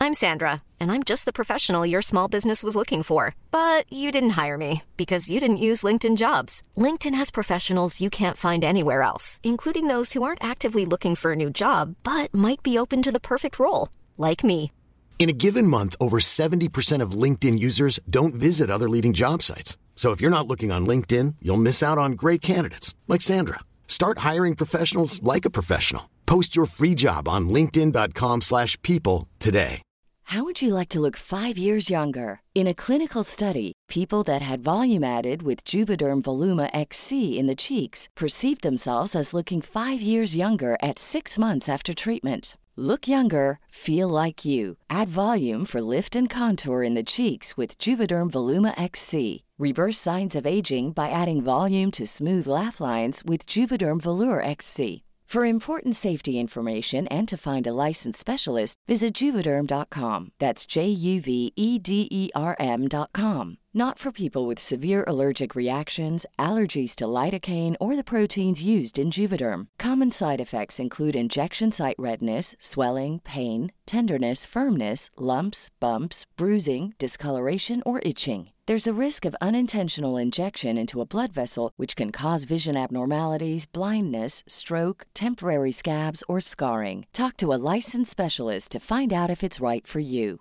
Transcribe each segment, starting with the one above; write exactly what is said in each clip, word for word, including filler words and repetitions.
I'm Sandra, and I'm just the professional your small business was looking for. But you didn't hire me because you didn't use LinkedIn Jobs. LinkedIn has professionals you can't find anywhere else, including those who aren't actively looking for a new job, but might be open to the perfect role, like me. In a given month, over seventy percent of LinkedIn users don't visit other leading job sites. So if you're not looking on LinkedIn, you'll miss out on great candidates like Sandra. Start hiring professionals like a professional. Post your free job on linkedin.com slash people today. How would you like to look five years younger? In a clinical study, people that had volume added with Juvederm Voluma X C in the cheeks perceived themselves as looking five years younger at six months after treatment. Look younger, feel like you. Add volume for lift and contour in the cheeks with Juvederm Voluma X C. Reverse signs of aging by adding volume to smooth laugh lines with Juvederm Volure X C. For important safety information and to find a licensed specialist, visit Juvederm dot com. That's J U V E D E R M dot com. Not for people with severe allergic reactions, allergies to lidocaine, or the proteins used in Juvederm. Common side effects include injection site redness, swelling, pain, tenderness, firmness, lumps, bumps, bruising, discoloration, or itching. There's a risk of unintentional injection into a blood vessel, which can cause vision abnormalities, blindness, stroke, temporary scabs, or scarring. Talk to a licensed specialist to find out if it's right for you.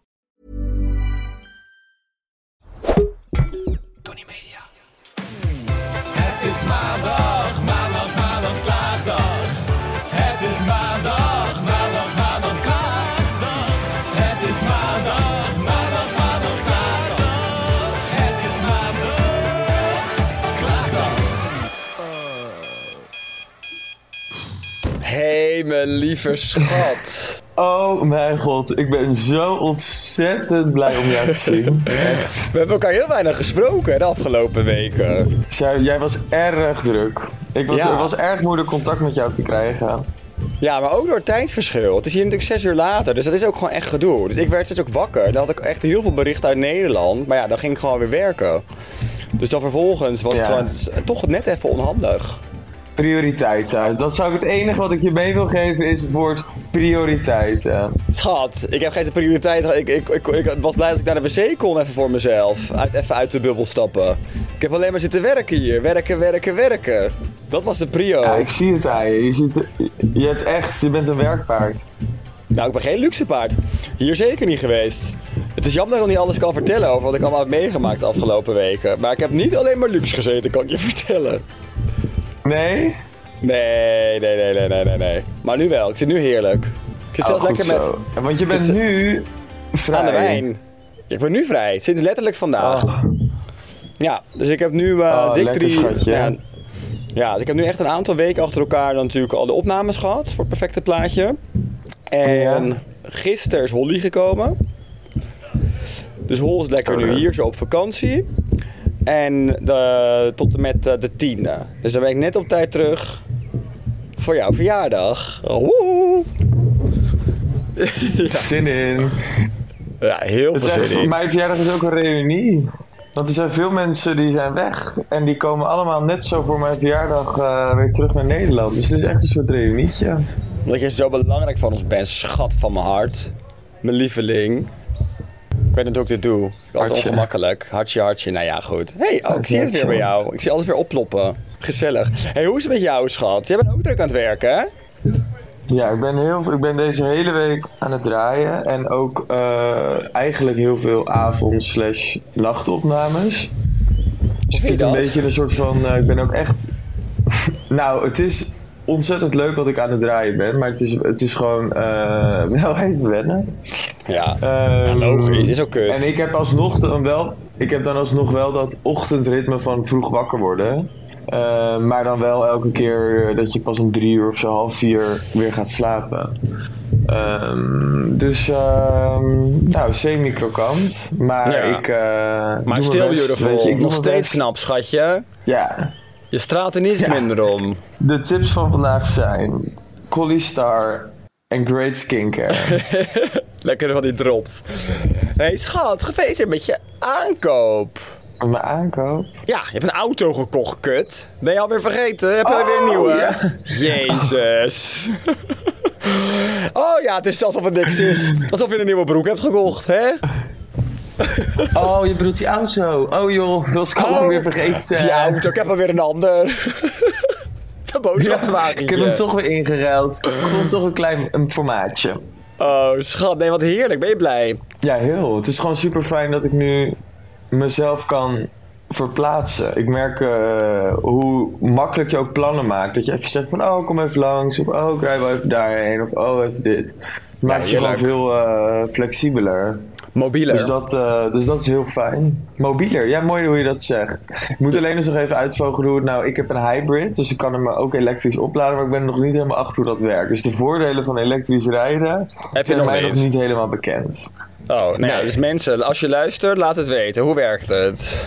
Tony Media. Het is maandag, maandag, maandag, klaagdag. Het is maandag, maandag, maandag, klaagdag. Het is maandag, maandag, maandag, klaagdag. Het is maandag, klaagdag. Hey, mijn lieve schat. Oh mijn god, ik ben zo ontzettend blij om jou te zien. Echt. We hebben elkaar heel weinig gesproken de afgelopen weken. Zij, jij was erg druk. Ik was, Ja. Het was erg moeilijk contact met jou te krijgen. Ja, maar ook door het tijdverschil. Het is hier natuurlijk zes uur later, dus dat is ook gewoon echt gedoe. Dus ik werd steeds ook wakker. Dan had ik echt heel veel berichten uit Nederland. Maar ja, dan ging ik gewoon weer werken. Dus dan vervolgens was het Ja. gewoon het is toch net even onhandig. Prioriteiten. Dat zou ik het enige wat ik je mee wil geven is het woord prioriteiten. Schat, ik heb geen prioriteit. Ik, ik, ik, ik was blij dat ik naar de wc kon even voor mezelf. Uit, even uit de bubbel stappen. Ik heb alleen maar zitten werken hier. Werken, werken, werken. Dat was de prio. Ja, ik zie het aan je. Je, ziet, je hebt echt, je bent een werkpaard. Nou, ik ben geen luxe paard. Hier zeker niet geweest. Het is jammer dat ik nog niet alles kan vertellen over wat ik allemaal heb meegemaakt de afgelopen weken. Maar ik heb niet alleen maar luxe gezeten, kan ik je vertellen. Nee? Nee, nee, nee, nee, nee, nee, nee. Maar nu wel. Ik zit nu heerlijk. Ik zit zelfs Oh, lekker met... zo. Want je bent zit- nu vrij. Aan de wijn. Ik ben nu vrij. Sinds letterlijk vandaag. Oh. Ja, dus ik heb nu uh, Oh, dik lekker, drie... schatje. Ja, ja, dus ik heb nu echt een aantal weken achter elkaar dan natuurlijk al de opnames gehad voor het perfecte plaatje. En Ja. gisteren is Holly gekomen. Dus Hol is lekker nu hier zo op vakantie. En de, tot en met uh, de tiende. Dus dan ben ik net op tijd terug voor jouw verjaardag. Woe! Ja. Zin in. Ja, heel Het veel is echt, zin in. mijn verjaardag is ook een reunie. Want er zijn veel mensen die zijn weg. En die komen allemaal net zo voor mijn verjaardag uh, weer terug naar Nederland. Dus het is echt een soort reunietje. Omdat je zo belangrijk van ons bent, schat van mijn hart. Mijn lieveling. Ik weet niet hoe ik dit doe. Het is altijd Hartje. ongemakkelijk. Hartje, hartje. Nou ja, goed. Hé, hey, oh, ik zie het weer bij jou. Ik zie alles weer oploppen. Gezellig. Hé, hey, hoe is het met jou, schat? Jij bent ook druk aan het werken, hè? Ja, ik ben, heel, ik ben deze hele week aan het draaien. En ook uh, eigenlijk heel veel avond slash nachtopnames. Dus vind je ik een dat? beetje een soort van... Uh, ik ben ook echt... nou, het is ontzettend leuk dat ik aan het draaien ben. Maar het is, het is gewoon uh, wel even wennen. Ja, Um, ja logisch. Is ook kut. En ik heb alsnog dan wel... Ik heb dan alsnog wel dat ochtendritme van vroeg wakker worden. Uh, maar dan wel elke keer dat je pas om drie uur of zo half vier weer gaat slapen. Um, dus, um, nou, semi-krokant. Maar Ja. ik uh, Maar doe still mijn best, beautiful. weet je, ik doe Nog mijn steeds best. knap, schatje. Ja. Je straalt er niet Ja. minder om. De tips van vandaag zijn Collistar en Great Skincare. Lekker wat die dropt. Hé, hey, schat, gefeliciteerd met je aankoop. Mijn aankoop? Ja, je hebt een auto gekocht, kut. Ben je alweer vergeten? Heb je alweer een Oh, nieuwe? ja. Jezus. Oh ja, het is alsof het niks is. Alsof je een nieuwe broek hebt gekocht, hè? Oh, je bedoelt die auto. Oh joh, dat was ik Oh, ook weer vergeten. Die auto, ik heb alweer een ander. De boodschappenwagentje. Ik heb hem toch weer ingeruild. Ik vond toch een klein een formaatje. Oh, schat. Nee, wat heerlijk. Ben je blij? Ja, heel. Het is gewoon super fijn dat ik nu mezelf kan verplaatsen. Ik merk uh, hoe makkelijk je ook plannen maakt. Dat je even zegt van, oh, kom even langs. Of, oh, ik rij wel even daarheen. Of, oh, even dit. Het maakt je gewoon veel uh, flexibeler. Mobieler. Dus dat, uh, dus dat is heel fijn. Mobieler, ja, mooi hoe je dat zegt. Ik moet alleen eens nog even uitvogelen hoe het nou... Ik heb een hybrid, dus ik kan hem ook elektrisch opladen... maar ik ben er nog niet helemaal achter hoe dat werkt. Dus de voordelen van elektrisch rijden... heb je zijn nog mij niet? nog niet helemaal bekend. Oh, nou ja, Nee. dus mensen, als je luistert, laat het weten. Hoe werkt het?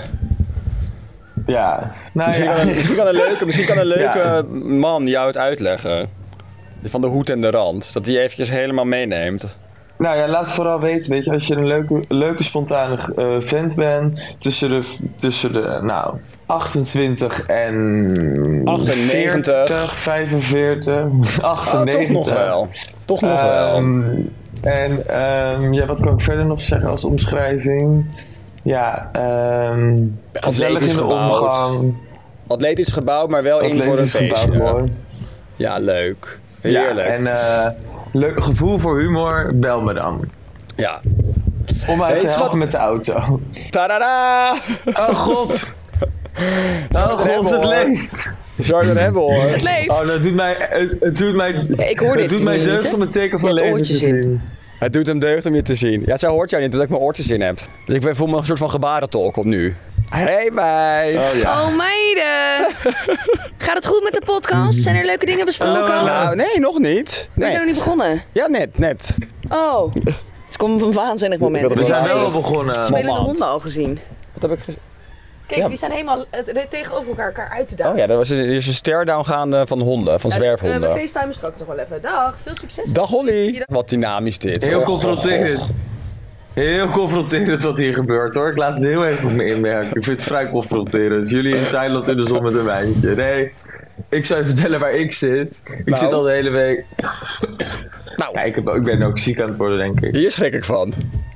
Ja, nou Misschien, ja. kan een, misschien kan een leuke, misschien kan een leuke Ja. man jou het uitleggen. Van de hoed en de rand. Dat die eventjes helemaal meeneemt. Nou ja, laat vooral weten, weet je, als je een leuke, leuke spontane uh, vent bent... tussen de, tussen de, nou, achtentwintig en... achtennegentig. veertig, vijfenveertig, achtennegentig. Oh, toch nog wel. Toch nog wel. Um, en um, ja, wat kan ik verder nog zeggen als omschrijving? Ja, um, gezellig in de gebouwd. omgang. Atletisch gebouwd, maar wel in voor een Atletisch feestje. gebouwd, mooi. Ja, leuk. Ja, Heerlijk. en uh, leuk gevoel voor humor, bel me dan. Ja. Om uit Hey, te helpen schat. met de auto. Tadada! Oh god! Oh god, het leeft! Zou je er hebben hoor. Het leeft. Oh, dat doet mij, het, het doet mij, ik hoor het dit doet mij niet, deugd hè? om het teken van Je hebt leven te oortjes in. zien. Het doet hem deugd om je te zien. Ja, zij hoort jou niet, dat ik mijn oortjes in heb. Dus ik voel me een soort van gebarentolk op nu. Hey meid! Oh ja. Oh meiden. Gaat het goed met de podcast? Zijn er leuke dingen besproken? Hallo. Nou, nee, nog niet. We zijn Nee. nog niet begonnen. Ja, net, net. Oh. Het komt op een waanzinnig moment. Ik wilde We zijn wel- wel al begonnen. Spelende Moment. honden al gezien. Wat heb ik gezien? Kijk, Ja. die staan helemaal uh, tegenover elkaar, elkaar uit te dagen. Oh ja, er was een, er is een stare-down gaande van honden, van Uh, zwerfhonden. we facetimen straks nog wel even. Dag, veel succes. Dag Holly. Wat dynamisch dit. Heel Oh, confronterend. goh, goh. Heel confronterend wat hier gebeurt hoor. Ik laat het heel even op me inmerken. Ik vind het vrij confronterend. Jullie in Thailand in de zon met een wijntje. Nee, ik zou je vertellen waar ik zit. Ik Nou. zit al de hele week... Nou, Ja, ik, heb, ik ben ook ziek aan het worden, denk ik. hier schrik ik van.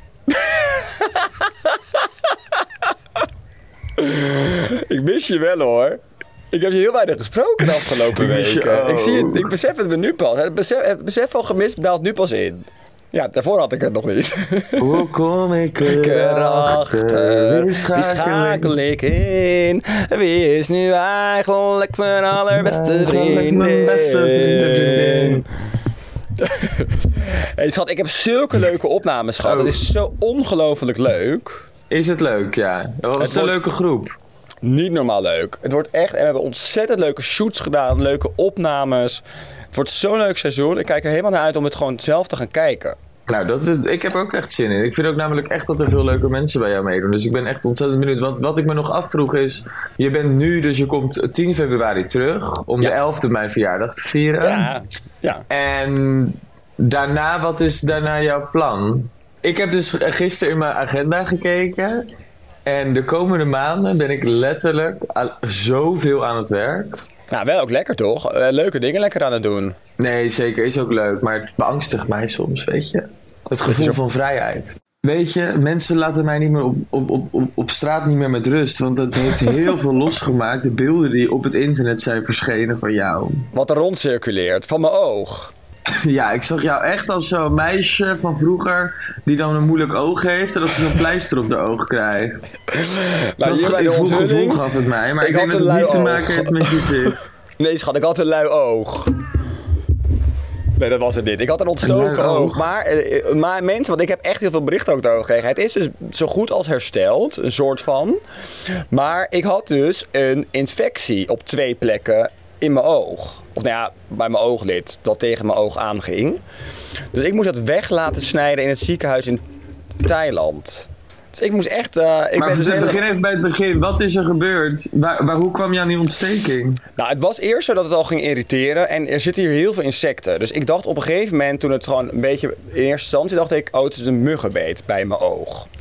Ik mis je wel hoor. Ik heb je heel weinig gesproken de afgelopen Ik mis je weken. Ik, zie het, ook. ik besef het me nu pas. Het besef, het besef van gemist daalt nu pas in. Ja, daarvoor had ik het nog niet. Hoe kom ik Erachter, erachter? wie schakel ik in? Wie is nu eigenlijk mijn allerbeste Eigenlijk vriendin? mijn beste vriendin. Hey schat, ik heb zulke leuke opnames gehad. Oh. Het is zo ongelooflijk leuk. Is het leuk, ja. Dat Het is een wordt- leuke groep. Niet normaal leuk. Het wordt echt... En we hebben ontzettend leuke shoots gedaan. Leuke opnames. Het wordt zo'n leuk seizoen. Ik kijk er helemaal naar uit om het gewoon zelf te gaan kijken. Nou, dat, is- ik heb er ook echt zin in. Ik vind ook namelijk echt dat er veel leuke mensen bij jou meedoen. Dus ik ben echt ontzettend benieuwd. Want wat ik me nog afvroeg is... Je bent nu, dus je komt tien februari terug... om Ja. de elfde mijn verjaardag te vieren. Ja. Ja. En daarna, wat is daarna jouw plan? Ik heb dus gisteren in mijn agenda gekeken... En de komende maanden ben ik letterlijk al- zoveel aan het werk. Nou, wel ook lekker toch? Eh, leuke dingen lekker aan het doen. Nee, zeker, is ook leuk. Maar het beangstigt mij soms, weet je. Het gevoel van vrijheid. Weet je, mensen laten mij niet meer op, op, op, op, op straat niet meer met rust. Want het heeft heel veel losgemaakt. De beelden die op het internet zijn verschenen van jou. Wat er rond circuleert. Van mijn oog. Ja, ik zag jou echt als zo'n meisje van vroeger... die dan een moeilijk oog heeft... en dat ze zo'n pleister op de oog krijgt. Nou, Dat hier bij de gevoel, gevoel onthulling. gaf het mij. Maar Ik ik, denk had dat een het niet lui te oog. maken heeft met je zicht. Nee schat, ik had een lui oog. Nee, dat was het niet. Ik had een ontstoken Een lui oog. oog. Maar, eh, maar mensen, want ik heb echt heel veel berichten ook daarover gekregen. Het is dus zo goed als hersteld, een soort van. Maar ik had dus een infectie op twee plekken in mijn oog. Of nou ja, bij mijn ooglid, dat tegen mijn oog aanging. Dus ik moest dat weg laten snijden in het ziekenhuis in Thailand. Dus ik moest echt... eh, ik Maar ben dus vertel- hele- begin even bij het begin. Wat is er gebeurd? Waar, waar, hoe kwam je aan die ontsteking? Nou, het was eerst zo dat het al ging irriteren en er zitten hier heel veel insecten. Dus ik dacht op een gegeven moment, toen het gewoon een beetje in eerste instantie dacht ik, oh, het is een muggenbeet bij mijn oog.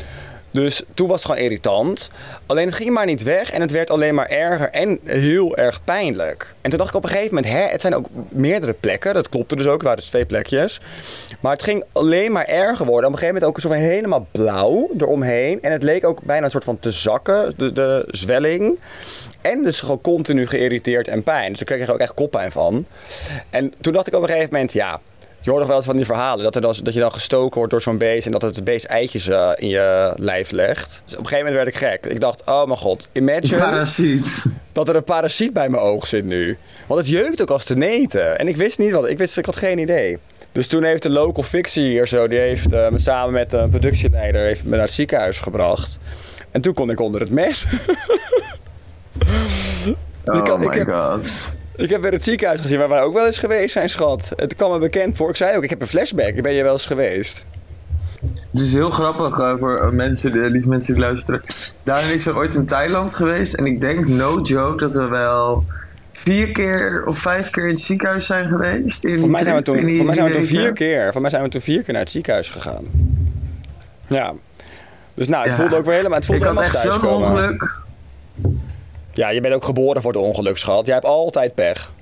Dus toen was het gewoon irritant. Alleen het ging maar niet weg en het werd alleen maar erger en heel erg pijnlijk. En toen dacht ik op een gegeven moment, hè, het zijn ook meerdere plekken. Dat klopte dus ook, het waren dus twee plekjes. Maar het ging alleen maar erger worden. Op een gegeven moment ook een soort van helemaal blauw eromheen. En het leek ook bijna een soort van te zakken, de, de zwelling. En dus gewoon continu geïrriteerd en pijn. Dus daar kreeg ik ook echt koppijn van. En toen dacht ik op een gegeven moment, ja... Je hoort nog wel eens van die verhalen, dat, er dan, dat je dan gestoken wordt door zo'n beest en dat het beest eitjes uh, in je lijf legt. Dus op een gegeven moment werd ik gek. Ik dacht, oh mijn god, imagine Parasiet. dat er een parasiet bij mijn oog zit nu. Want het jeukt ook als te neten. En ik wist niet wat, ik wist, ik had geen idee. Dus toen heeft de local fictie hier zo, die heeft uh, samen met een productieleider heeft me naar het ziekenhuis gebracht. En toen kon ik onder het mes. Oh ik had, my ik heb, god. Ik heb weer het ziekenhuis gezien waar wij ook wel eens geweest zijn, schat. Het kwam me bekend voor. Ik zei ook, ik heb een flashback. Ik ben je wel eens geweest. Het is heel grappig uh, voor mensen, de lieve mensen die luisteren. Daan en ik zijn ooit in Thailand geweest. En ik denk, no joke, dat we wel vier keer of vijf keer in het ziekenhuis zijn geweest. In Voor mij zijn we trip, toen, die, voor mij zijn we toen weken. vier keer. Voor mij zijn we toen vier keer naar het ziekenhuis gegaan. Ja. Dus nou, het Ja. voelde ook weer helemaal, het voelde Ik had helemaal echt zo'n thuiskomen. ongeluk. Ja, je bent ook geboren voor het ongeluk, schat. Jij hebt altijd pech.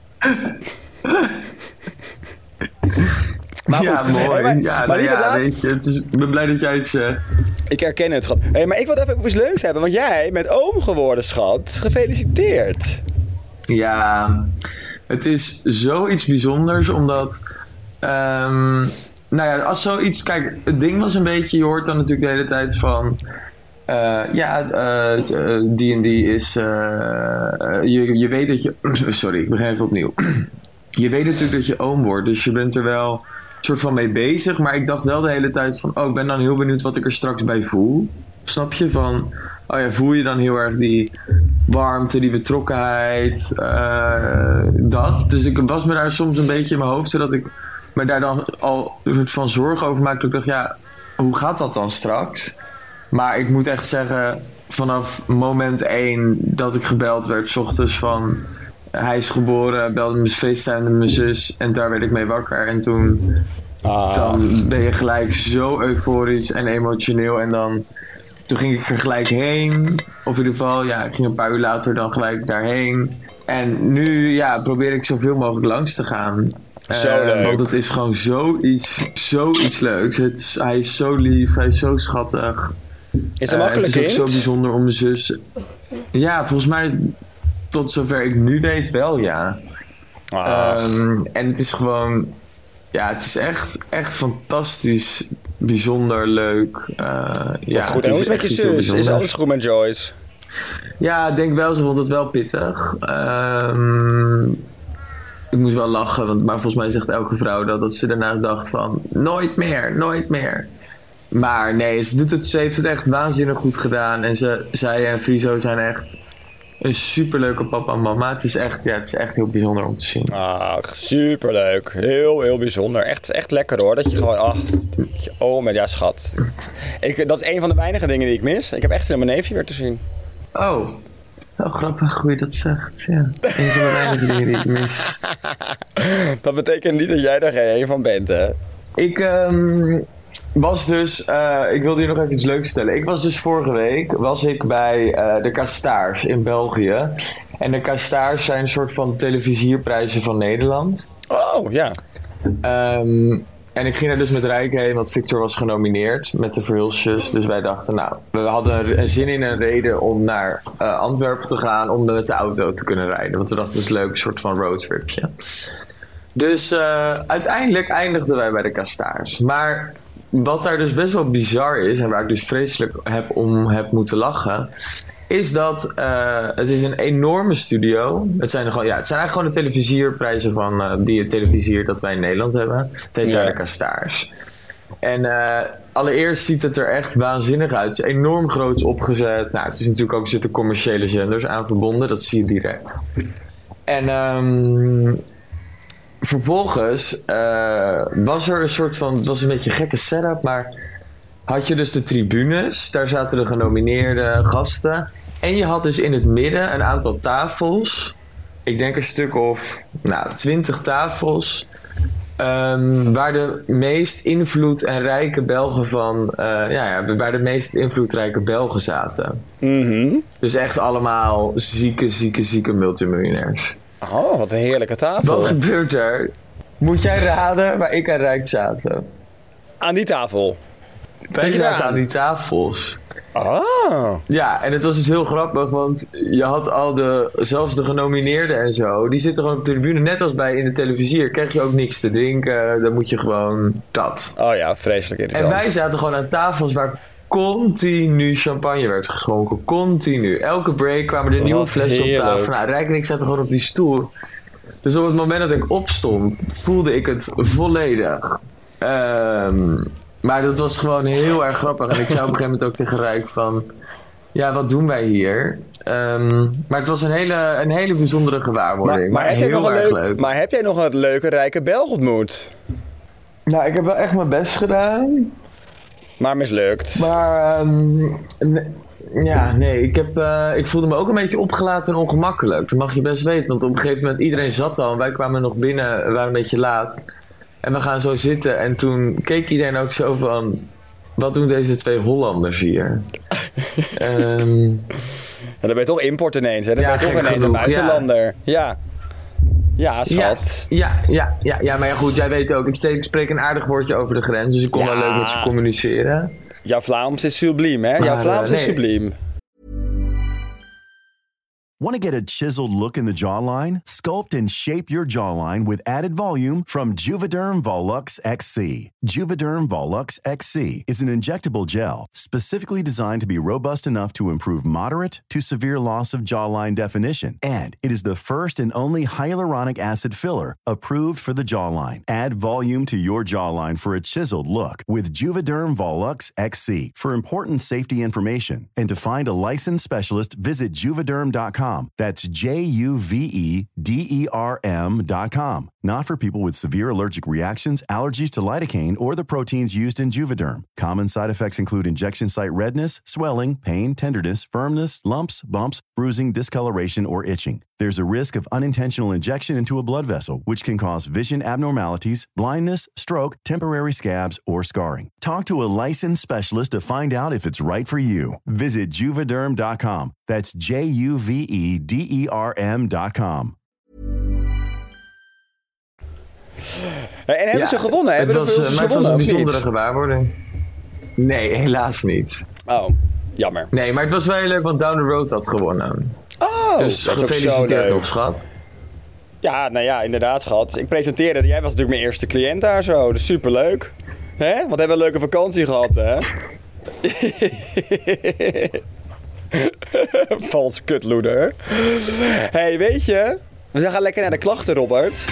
Maar ja, goed. mooi. Hey, maar- ja, maar nou lieve ja, Daan- weet je, het is, ik ben blij dat jij het zegt. Ik herken het, schat. Hey, maar ik wil het even over iets leuks hebben. Want jij bent oom geworden, schat. Gefeliciteerd. Ja, het is zoiets bijzonders, omdat... ehm, nou ja, als zoiets... Kijk, het ding was een beetje... Je hoort dan natuurlijk de hele tijd van... eh, ja, eh, eh, die en die is... eh, eh, je, je weet dat je... Sorry, ik begin even opnieuw. Je weet natuurlijk dat je oom wordt, dus je bent er wel een soort van mee bezig. Maar ik dacht wel de hele tijd van... Oh, ik ben dan heel benieuwd wat ik er straks bij voel. Snap je? Van... Oh ja, voel je dan heel erg die warmte, die betrokkenheid, uh, dat. Dus ik was me daar soms een beetje in mijn hoofd, zodat ik me daar dan al een soort van zorgen over maakte. Ik dacht, ja, hoe gaat dat dan straks? Maar ik moet echt zeggen, vanaf moment één dat ik gebeld werd, 's ochtends van... Hij is geboren, belde mijn FaceTime met mijn zus en daar werd ik mee wakker. En toen Ah. dan ben je gelijk zo euforisch en emotioneel. En dan, toen ging ik er gelijk heen. Of in ieder geval, ja, ik ging een paar uur later dan gelijk daarheen. En nu, ja, probeer ik zoveel mogelijk langs te gaan. Zo Uh, leuk. Want het is gewoon zoiets, zoiets leuks. Het is, hij is zo lief, hij is zo schattig. Is het Uh, makkelijk, het is ook kind? zo bijzonder om mijn zus... Ja, volgens mij, tot zover ik nu weet wel, ja. Ah. Um, en het is gewoon... Ja, het is echt, echt fantastisch, bijzonder, leuk. Uh, ja, Goed, en hoe is het met je echt iets heel zus? Is bijzonders. alles goed met Joyce? Ja, ik denk wel, ze vond het wel pittig. Um, ik moest wel lachen, want, maar volgens mij zegt elke vrouw dat, dat ze daarna dacht van... Nooit meer, nooit meer. Maar nee, ze, doet het, ze heeft het echt waanzinnig goed gedaan. En ze, zij en Friso zijn echt een superleuke papa en mama. Het is echt, ja, het is echt heel bijzonder om te zien. Ah, superleuk. Heel, heel bijzonder. Echt, echt lekker hoor. Dat je gewoon, ach, oh, maar ja, schat. Ik, dat is een van de weinige dingen die ik mis. Ik heb echt zin om mijn neefje weer te zien. Oh, wel grappig hoe je dat zegt. Ja, een van de weinige dingen die ik mis. Dat betekent niet dat jij er geen een van bent, hè? Ik um, was dus, uh, ik wilde je nog even iets leuks vertellen. Ik was dus vorige week, was ik bij uh, de Kastaars in België. En de Kastaars zijn een soort van televisierprijzen van Nederland. Oh, ja. Um, en ik ging er dus met Rijke heen, want Victor was genomineerd met de Verhulsjes. Dus wij dachten, nou, we hadden een zin in een reden om naar uh, Antwerpen te gaan om met de auto te kunnen rijden. Want we dachten, dat is een leuk soort van roadtripje. Dus uh, uiteindelijk eindigden wij bij de Kastaars. Maar wat daar dus best wel bizar is, en waar ik dus vreselijk heb om heb moeten lachen, is dat uh, het is een enorme studio. Het zijn, gewoon, ja, het zijn eigenlijk gewoon de televisierprijzen van uh, die het televisier dat wij in Nederland hebben. Het heet daar Ja. de Kastaars. En uh, allereerst ziet het er echt waanzinnig uit. Het is enorm groots opgezet. Nou, het is natuurlijk ook, er zitten commerciële zenders aan verbonden. Dat zie je direct. En um, vervolgens uh, was er een soort van... Het was een beetje een gekke setup, maar had je dus de tribunes. Daar zaten de genomineerde gasten. En je had dus in het midden een aantal tafels. Ik denk een stuk of nou, twintig tafels. Um, waar de meest invloed en rijke Belgen van... Uh, ja, ja, waar de meest invloedrijke Belgen zaten. Mm-hmm. Dus echt allemaal zieke, zieke, zieke multimiljonairs. Oh, wat een heerlijke tafel. Wat gebeurt er? Moet jij raden waar ik en Rijk zaten? Aan die tafel? Wij zaten aan die tafels. Ah. Ja, en het was dus heel grappig, want je had al de, zelfs de genomineerden en zo, die zitten gewoon op de tribune, net als bij in de televisie. Krijg je ook niks te drinken, dan moet je gewoon dat. Oh ja, vreselijk irritant. En wij zaten gewoon aan tafels waar continu champagne werd geschonken. Continu. Elke break kwamen er nieuwe flessen op tafel. Nou, Rijk en ik zaten gewoon op die stoel. Dus op het moment dat ik opstond, voelde ik het volledig. Um, maar dat was gewoon heel erg grappig. En ik zei op een gegeven moment ook tegen Rijk van... Ja, wat doen wij hier? Um, maar het was een hele, een hele bijzondere gewaarwording. Maar, maar, maar heel erg leuk, leuk. Maar heb jij nog een leuke, rijke Belg ontmoet? Nou, ik heb wel echt mijn best gedaan. Maar mislukt. Maar... Um, ne- Ja, nee, ik, heb, uh, ik voelde me ook een beetje opgelaten en ongemakkelijk. Dat mag je best weten, want op een gegeven moment... Iedereen zat al en wij kwamen nog binnen, we waren een beetje laat. En we gaan zo zitten en toen keek iedereen ook zo van... Wat doen deze twee Hollanders hier? um, ja, dan ben je toch import ineens, hè? Dan ja, ben je toch ineens genoeg, een buitenlander. Ja, ja. Ja, schat. Ja, ja, ja, ja, ja, maar ja, goed, jij weet ook. Ik, steek, ik spreek een aardig woordje over de grens, dus ik kon ja. wel leuk met ze communiceren. Jouw Vlaams is subliem, hè? Jouw Vlaams uh, is nee. subliem. Want to get a chiseled look in the jawline? Sculpt and shape your jawline with added volume from Juvederm Volux X C. Juvederm Volux X C is an injectable gel specifically designed to be robust enough to improve moderate to severe loss of jawline definition. And it is the first and only hyaluronic acid filler approved for the jawline. Add volume to your jawline for a chiseled look with Juvederm Volux X C. For important safety information and to find a licensed specialist, visit juvederm dot com. That's J U V E D E R M dot com. Not for people with severe allergic reactions, allergies to lidocaine, or the proteins used in Juvederm. Common side effects include injection site redness, swelling, pain, tenderness, firmness, lumps, bumps, bruising, discoloration, or itching. There's a risk of unintentional injection into a blood vessel, which can cause vision abnormalities, blindness, stroke, temporary scabs, or scarring. Talk to a licensed specialist to find out if it's right for you. Visit Juvederm dot com. That's J U V E D E R M dot com. En hebben ja, ze gewonnen? Hebben het was, er maar gewonnen, het was een bijzondere gewaarwording. Nee, helaas niet. Oh, jammer. Nee, maar het was wel heel leuk, want Down the Road had gewonnen. Oh, dus dat gefeliciteerd nog, schat. Ja, nou ja, inderdaad, schat. Ik presenteerde, jij was natuurlijk mijn eerste cliënt daar zo. Dus superleuk. Hè? Wat hebben we een leuke vakantie gehad, hè? Valse kutloeder. Hey, weet je, we gaan lekker naar de klachten, Robert.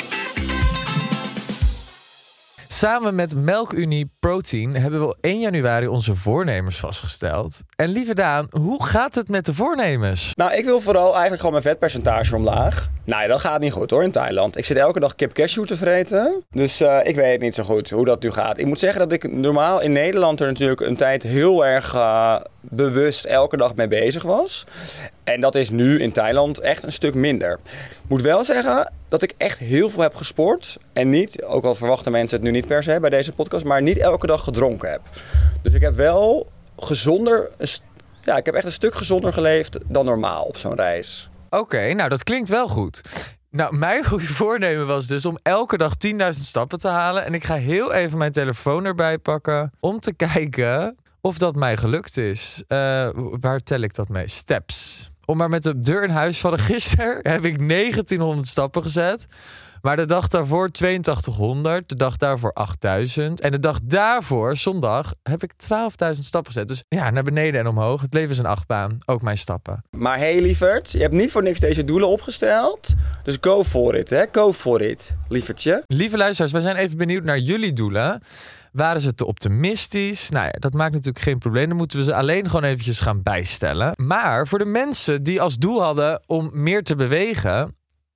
Samen met Melkunie Protein hebben we op één januari onze voornemens vastgesteld. En lieve Daan, hoe gaat het met de voornemens? Nou, ik wil vooral eigenlijk gewoon mijn vetpercentage omlaag. Nou ja, dat gaat niet goed hoor in Thailand. Ik zit elke dag kip cashew te vreten. Dus uh, ik weet niet zo goed hoe dat nu gaat. Ik moet zeggen dat ik normaal in Nederland er natuurlijk een tijd heel erg uh, bewust elke dag mee bezig was. En dat is nu in Thailand echt een stuk minder. Ik moet wel zeggen dat ik echt heel veel heb gesport. En niet, ook al verwachten mensen het nu niet per se bij deze podcast, maar niet elke dag gedronken heb. Dus ik heb wel gezonder, ja, ik heb echt een stuk gezonder geleefd dan normaal op zo'n reis. Oké, okay, nou dat klinkt wel goed. Nou, mijn goede voornemen was dus om elke dag tienduizend stappen te halen. En ik ga heel even mijn telefoon erbij pakken om te kijken of dat mij gelukt is. Uh, waar tel ik dat mee? Steps. Om maar met de deur in huis vallen. Gisteren heb ik negentienhonderd stappen gezet. Maar de dag daarvoor tweeëntachtighonderd. De dag daarvoor achtduizend. En de dag daarvoor, zondag, heb ik twaalfduizend stappen gezet. Dus ja, naar beneden en omhoog. Het leven is een achtbaan. Ook mijn stappen. Maar hey lieverd, je hebt niet voor niks deze doelen opgesteld. Dus go for it, hè? Go for it, lievertje. Lieve luisteraars, wij zijn even benieuwd naar jullie doelen. Waren ze te optimistisch? Nou ja, dat maakt natuurlijk geen probleem. Dan moeten we ze alleen gewoon eventjes gaan bijstellen. Maar voor de mensen die als doel hadden om meer te bewegen,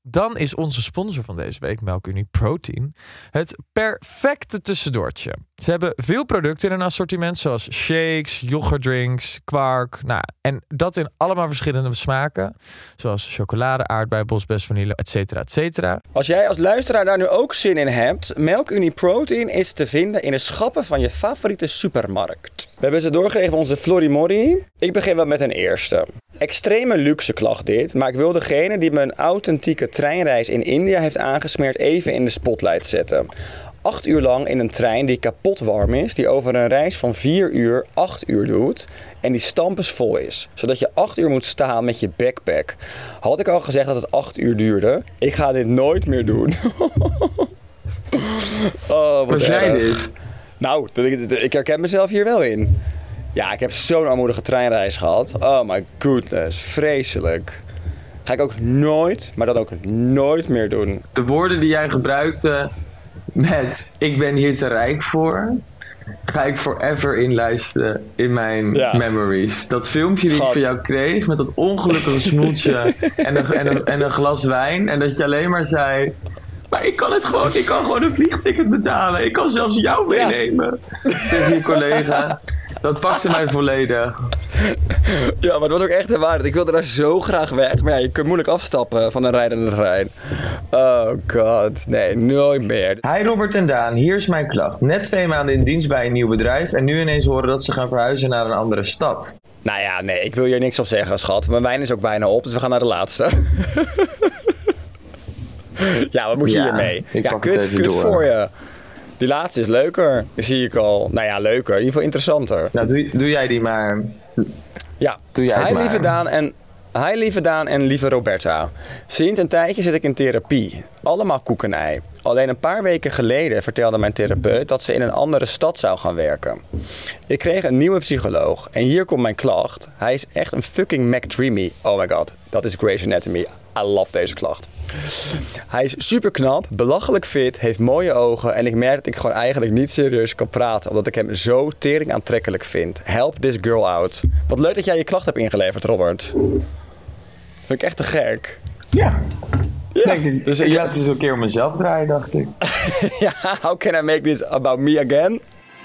Dan is onze sponsor van deze week, Melkunie Protein, het perfecte tussendoortje. Ze hebben veel producten in een assortiment, zoals shakes, yoghurtdrinks, kwark. Nou, en dat in allemaal verschillende smaken, zoals chocolade, aardbei, bosbes, vanille, et cetera, et cetera. Als jij als luisteraar daar nu ook zin in hebt, Melkunie Protein is te vinden in de schappen van je favoriete supermarkt. We hebben ze doorgegeven onze Florimorri. Ik begin wel met een eerste. Extreme luxe klacht dit, maar ik wil degene die me een authentieke treinreis in India heeft aangesmeerd even in de spotlight zetten. Acht uur lang in een trein die kapot warm is, die over een reis van vier uur acht uur doet en die stampensvol is. Zodat je acht uur moet staan met je backpack. Had ik al gezegd dat het acht uur duurde? Ik ga dit nooit meer doen. Oh, wat jij dit? Nou, ik herken mezelf hier wel in. Ja, ik heb zo'n armoedige treinreis gehad. Oh my goodness, vreselijk. Ga ik ook nooit, maar dat ook nooit meer doen. De woorden die jij gebruikte met ik ben hier te rijk voor, ga ik forever inlijsten in mijn ja. memories. Dat filmpje die Schat. ik van jou kreeg met dat ongelukkige smoeltje en, een, en, een, en een glas wijn. En dat je alleen maar zei, maar ik kan het gewoon, ik kan gewoon een vliegticket betalen. Ik kan zelfs jou meenemen. Ja. Tegen je collega. Dat pakte mij volledig. Ja, maar het was ook echt de waarheid. Ik wilde daar zo graag weg. Maar ja, je kunt moeilijk afstappen van een rijdende trein. Oh god, nee, nooit meer. Hi Robert en Daan, hier is mijn klacht. Net twee maanden in dienst bij een nieuw bedrijf en nu ineens horen dat ze gaan verhuizen naar een andere stad. Nou ja, nee, ik wil hier niks op zeggen, schat. Mijn wijn is ook bijna op, dus we gaan naar de laatste. Ja, wat moet je ja, hiermee? Ja, kut, kut voor je. Die laatste is leuker, dat zie ik al. Nou ja, leuker, in ieder geval interessanter. Nou, doe, doe jij die maar. Ja, doe jij hi, maar. Lieve Daan en, hi lieve Daan en lieve Roberta. Sinds een tijdje zit ik in therapie. Allemaal koekenij. Alleen een paar weken geleden vertelde mijn therapeut dat ze in een andere stad zou gaan werken. Ik kreeg een nieuwe psycholoog en hier komt mijn klacht. Hij is echt een fucking McDreamy. Oh my god, dat is Grey's Anatomy. I love deze klacht. Hij is super knap, belachelijk fit, heeft mooie ogen en ik merk dat ik gewoon eigenlijk niet serieus kan praten omdat ik hem zo tering aantrekkelijk vind. Help this girl out. Wat leuk dat jij je klacht hebt ingeleverd, Robert. Vind ik echt te gek. Ja. Ja, denk ik, dus ik laat het eens een keer om mezelf draaien, dacht ik. Ja, how can I make this about me again?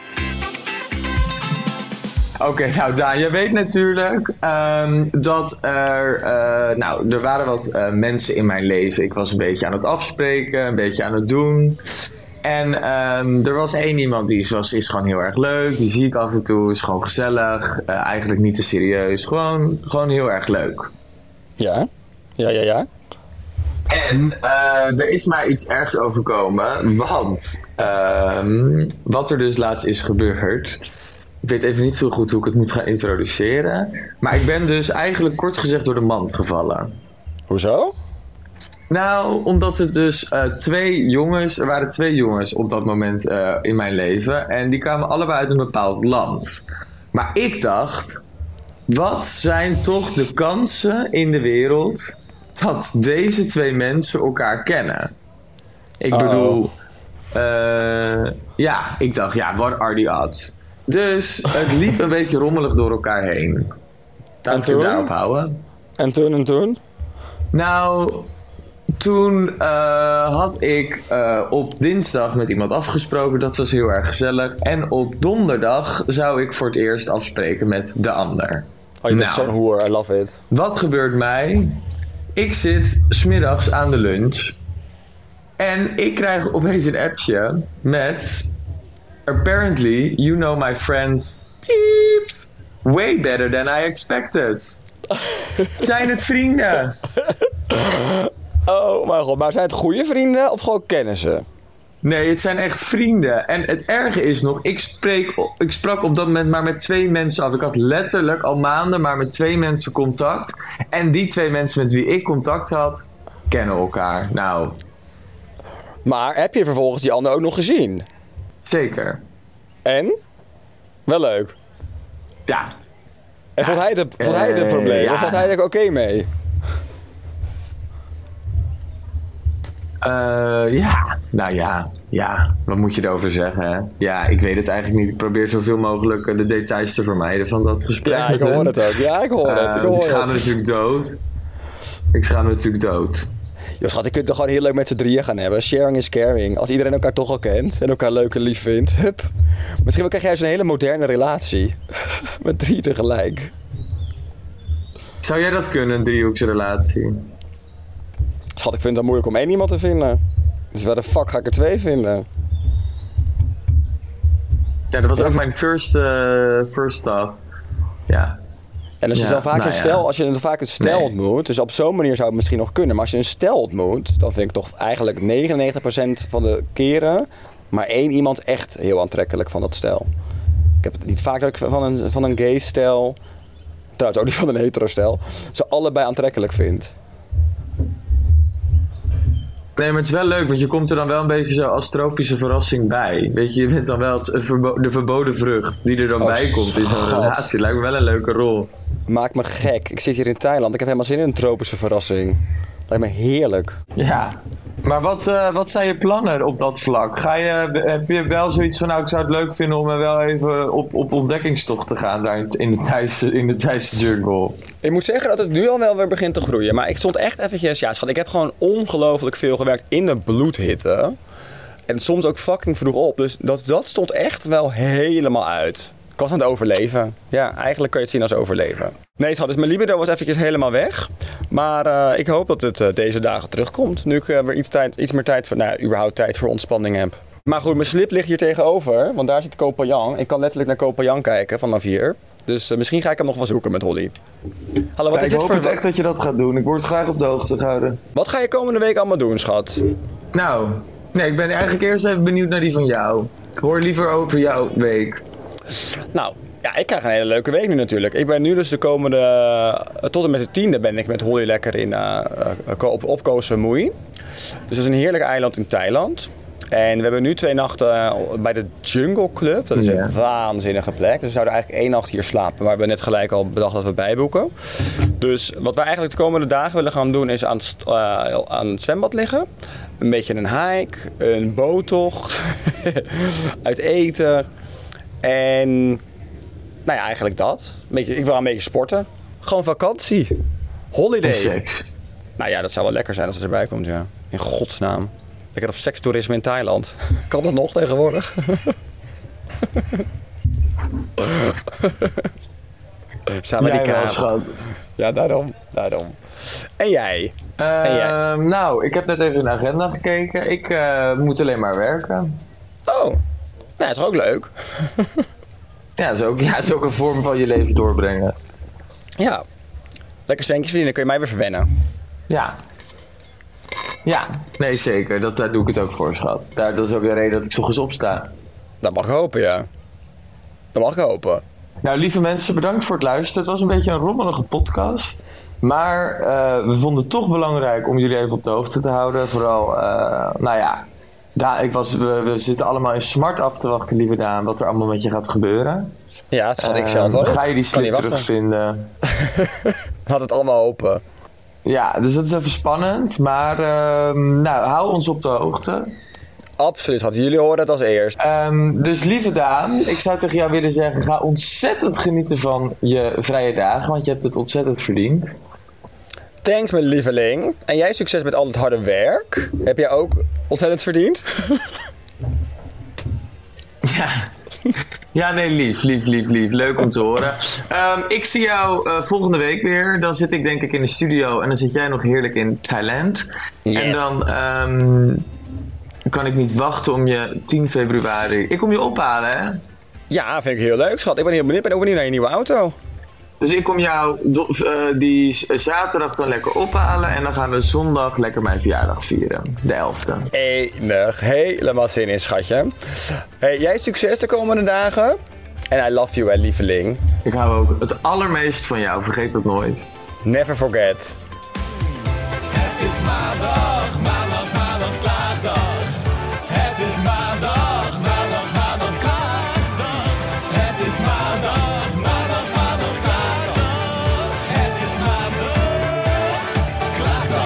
Oké, okay, nou Daan, jij weet natuurlijk um, dat er, uh, nou, er waren wat uh, mensen in mijn leven. Ik was een beetje aan het afspreken, een beetje aan het doen. En um, er was één iemand die is, was, is gewoon heel erg leuk. Die zie ik af en toe, is gewoon gezellig. Uh, eigenlijk niet te serieus, gewoon, gewoon heel erg leuk. Ja, ja, ja, ja. En uh, er is mij iets ergs overkomen, want um, wat er dus laatst is gebeurd. Ik weet even niet zo goed hoe ik het moet gaan introduceren. Maar ik ben dus eigenlijk kort gezegd door de mand gevallen. Hoezo? Nou, omdat er dus uh, twee jongens... Er waren twee jongens op dat moment uh, in mijn leven. En die kwamen allebei uit een bepaald land. Maar ik dacht... Wat zijn toch de kansen in de wereld... dat deze twee mensen elkaar kennen? Ik Uh-oh. bedoel... Uh, ja, ik dacht, ja, what are the odds? Dus het liep een beetje rommelig door elkaar heen. Laten we het daarop houden. En toen en toen? Nou, toen uh, had ik uh, op dinsdag met iemand afgesproken. Dat was heel erg gezellig. En op donderdag zou ik voor het eerst afspreken met de ander. Oh, je bent nou, zo'n hoer, I love it. Wat gebeurt mij? Ik zit 's middags aan de lunch. En ik krijg opeens een appje met... Apparently, you know my friends... Beep, way better than I expected. Zijn het vrienden? Oh mijn god, maar zijn het goede vrienden of gewoon kennissen? Nee, het zijn echt vrienden. En het erge is nog, ik, spreek, ik sprak op dat moment maar met twee mensen af. Ik had letterlijk al maanden maar met twee mensen contact. En die twee mensen met wie ik contact had, kennen elkaar. Nou. Maar heb je vervolgens die ander ook nog gezien? Zeker. En? Wel leuk. Ja. En ja. vond hij het, vond hij het een probleem? Uh, ja. Of vond hij er ook oké okay mee? Uh, ja, nou ja, ja, wat moet je erover zeggen? Hè? Ja, ik weet het eigenlijk niet. Ik probeer zoveel mogelijk de details te vermijden van dat gesprek. Ja, met ik hoor hun. het ook. Ja, ik hoor uh, het. Ik, hoor ik schaam me het. natuurlijk dood. Ik schaam me natuurlijk dood. Ja, schat, je kunt toch gewoon heel leuk met z'n drieën gaan hebben. Sharing is caring. Als iedereen elkaar toch al kent en elkaar leuk en lief vindt. Hup. Misschien wel krijg jij juist een hele moderne relatie. Met drie tegelijk. Zou jij dat kunnen, een driehoekse relatie? Schat, ik vind het dan moeilijk om één iemand te vinden. Dus waar de fuck ga ik er twee vinden? Ja, dat was ook mijn first, uh, first stap. Ja. En als je Ja, dan vaak nou een stel, ja. als je dan vaak een stel Nee. ontmoet, dus op zo'n manier zou het misschien nog kunnen. Maar als je een stel ontmoet, dan vind ik toch eigenlijk negenennegentig procent van de keren maar één iemand echt heel aantrekkelijk van dat stel. Ik heb het niet vaak dat ik van een, van een gay stel, trouwens ook niet van een hetero stel, ze allebei aantrekkelijk vind. Nee, maar het is wel leuk, want je komt er dan wel een beetje zo als tropische verrassing bij. Weet je, je bent dan wel het verbo- de verboden vrucht die er dan Oh, bij komt in zo'n schat. relatie. Lijkt me wel een leuke rol. Maakt me gek. Ik zit hier in Thailand. Ik heb helemaal zin in een tropische verrassing. Lijkt me heerlijk. Ja. Maar wat, uh, wat zijn je plannen op dat vlak? Ga je, heb je wel zoiets van, nou, ik zou het leuk vinden om er wel even op, op ontdekkingstocht te gaan daar in, in de Thaise, in de Thaise jungle? Ik moet zeggen dat het nu al wel weer begint te groeien. Maar ik stond echt eventjes... Ja, schat, ik heb gewoon ongelooflijk veel gewerkt in de bloedhitte. En soms ook fucking vroeg op. Dus dat, dat stond echt wel helemaal uit. Ik was aan het overleven. Ja, eigenlijk kan je het zien als overleven. Nee, schat, dus mijn libido was eventjes helemaal weg. Maar uh, ik hoop dat het uh, deze dagen terugkomt. Nu ik uh, weer iets, tijd, iets meer tijd voor... Nou, überhaupt tijd voor ontspanning heb. Maar goed, mijn slip ligt hier tegenover. Want daar zit Koh Phangan. Ik kan letterlijk naar Koh Phangan kijken vanaf hier. Dus uh, misschien ga ik hem nog wel zoeken met Holly. Hallo, wat Ja, is ik dit hoop voor... het echt dat je dat gaat doen. Ik word graag op de hoogte gehouden. Wat ga je komende week allemaal doen, schat? Nou, nee, ik ben eigenlijk eerst even benieuwd naar die van jou. Ik hoor liever over jouw week. Nou, ja, ik krijg een hele leuke week nu natuurlijk. Ik ben nu dus de komende... Uh, tot en met de tiende ben ik met Holly lekker in, uh, uh, op, op Koh Samui. Dus dat is een heerlijk eiland in Thailand. En we hebben nu twee nachten uh, bij de Jungle Club. Dat is een Ja. waanzinnige plek. Dus we zouden eigenlijk één nacht hier slapen. Maar we hebben net gelijk al bedacht dat we bijboeken. Dus wat wij eigenlijk de komende dagen willen gaan doen is aan het, st- uh, aan het zwembad liggen. Een beetje een hike, een boottocht, uit eten. En nou ja, eigenlijk dat. Een beetje, ik wil een beetje sporten. Gewoon vakantie. Holiday. En seks. Nou ja, dat zou wel lekker zijn als het erbij komt, ja. In godsnaam. Lekker op sekstoerisme in Thailand. Kan dat nog tegenwoordig? Samen die Jij wel, kamer. schat. Ja, daarom. daarom. En jij? Uh, En jij? Nou, ik heb net even in de agenda gekeken. Ik uh, moet alleen maar werken. Oh, nou, dat is ook leuk. Ja, dat is ook, ja, dat is ook een vorm van je leven doorbrengen. Ja. Lekker centjes verdienen, kun je mij weer verwennen. Ja. Ja, nee zeker. Dat, daar doe ik het ook voor, schat. Daar, dat is ook de reden dat ik 's ochtends opsta. Dat mag ik hopen, ja. Dat mag ik hopen. Nou, lieve mensen, bedankt voor het luisteren. Het was een beetje een rommelige podcast. Maar uh, we vonden het toch belangrijk om jullie even op de hoogte te houden. Vooral, uh, nou ja, da- ik was, we, we zitten allemaal in smart af te wachten, lieve Daan, wat er allemaal met je gaat gebeuren. Ja, dat schat ik Uh, zelf ook. Ga je die Kan niet slip wachten. terugvinden? Had het allemaal open. Ja, dus dat is even spannend. Maar uh, nou, hou ons op de hoogte. Absoluut, hadden jullie horen het als eerst. Um, dus lieve Daan, ik zou tegen jou willen zeggen, ga ontzettend genieten van je vrije dagen, want je hebt het ontzettend verdiend. Thanks, mijn lieveling. En jij succes met al het harde werk. Heb jij ook ontzettend verdiend? Ja. Ja, nee, lief, lief, lief, lief. Leuk om te horen. Um, ik zie jou uh, volgende week weer. Dan zit ik denk ik in de studio en dan zit jij nog heerlijk in Thailand. Yes. En dan um, kan ik niet wachten om je tien februari... Ik kom je ophalen, hè? Ja, vind ik heel leuk, schat. Ik ben heel benieuwd. Ik ben ook benieuwd naar je nieuwe auto. Dus ik kom jou do- uh, die s- zaterdag dan lekker ophalen en dan gaan we zondag lekker mijn verjaardag vieren. De elfde. Enig. Helemaal zin in, schatje. Hey, jij succes de komende dagen. En I love you, hè, lieveling. Ik hou ook het allermeest van jou, vergeet dat nooit. Never forget. Het is maandag, maandag, maandag, klaagdag. Het is maandag, maandag, maandag, klaagdag. Het is maandag, maandag, maandag, klaagdag. Het is maandag, klaagdag.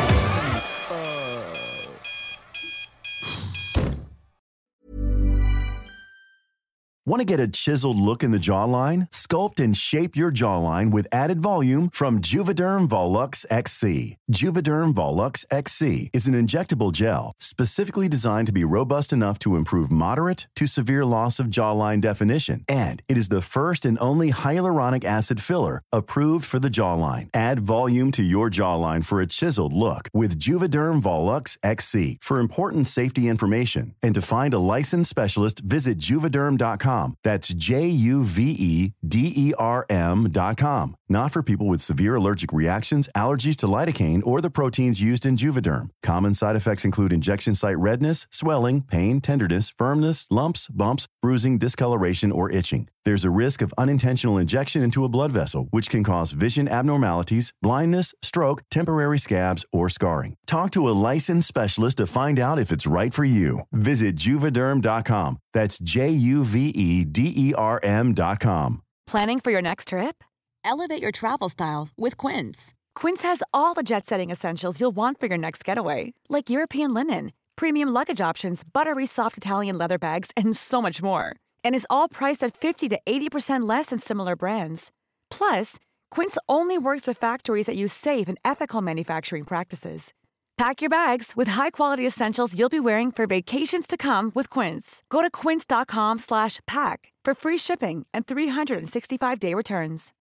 Want to get a chiseled look in the jawline? Sculpt and shape your jawline with added volume from Juvederm Volux X C. Juvederm Volux X C is an injectable gel specifically designed to be robust enough to improve moderate to severe loss of jawline definition. And it is the first and only hyaluronic acid filler approved for the jawline. Add volume to your jawline for a chiseled look with Juvederm Volux X C. For important safety information and to find a licensed specialist, visit juvederm dot com. That's J U V E D E R M dot com. Not for people with severe allergic reactions, allergies to lidocaine, or the proteins used in Juvederm. Common side effects include injection site redness, swelling, pain, tenderness, firmness, lumps, bumps, bruising, discoloration, or itching. There's a risk of unintentional injection into a blood vessel, which can cause vision abnormalities, blindness, stroke, temporary scabs, or scarring. Talk to a licensed specialist to find out if it's right for you. Visit juvederm dot com. That's J U V E D E R M dot com. Planning for your next trip? Elevate your travel style with Quince. Quince has all the jet-setting essentials you'll want for your next getaway, like European linen, premium luggage options, buttery soft Italian leather bags, and so much more. And is all priced at fifty to eighty percent less than similar brands. Plus, Quince only works with factories that use safe and ethical manufacturing practices. Pack your bags with high-quality essentials you'll be wearing for vacations to come with Quince. Go to quince dot com slash pack for free shipping and three sixty-five day returns.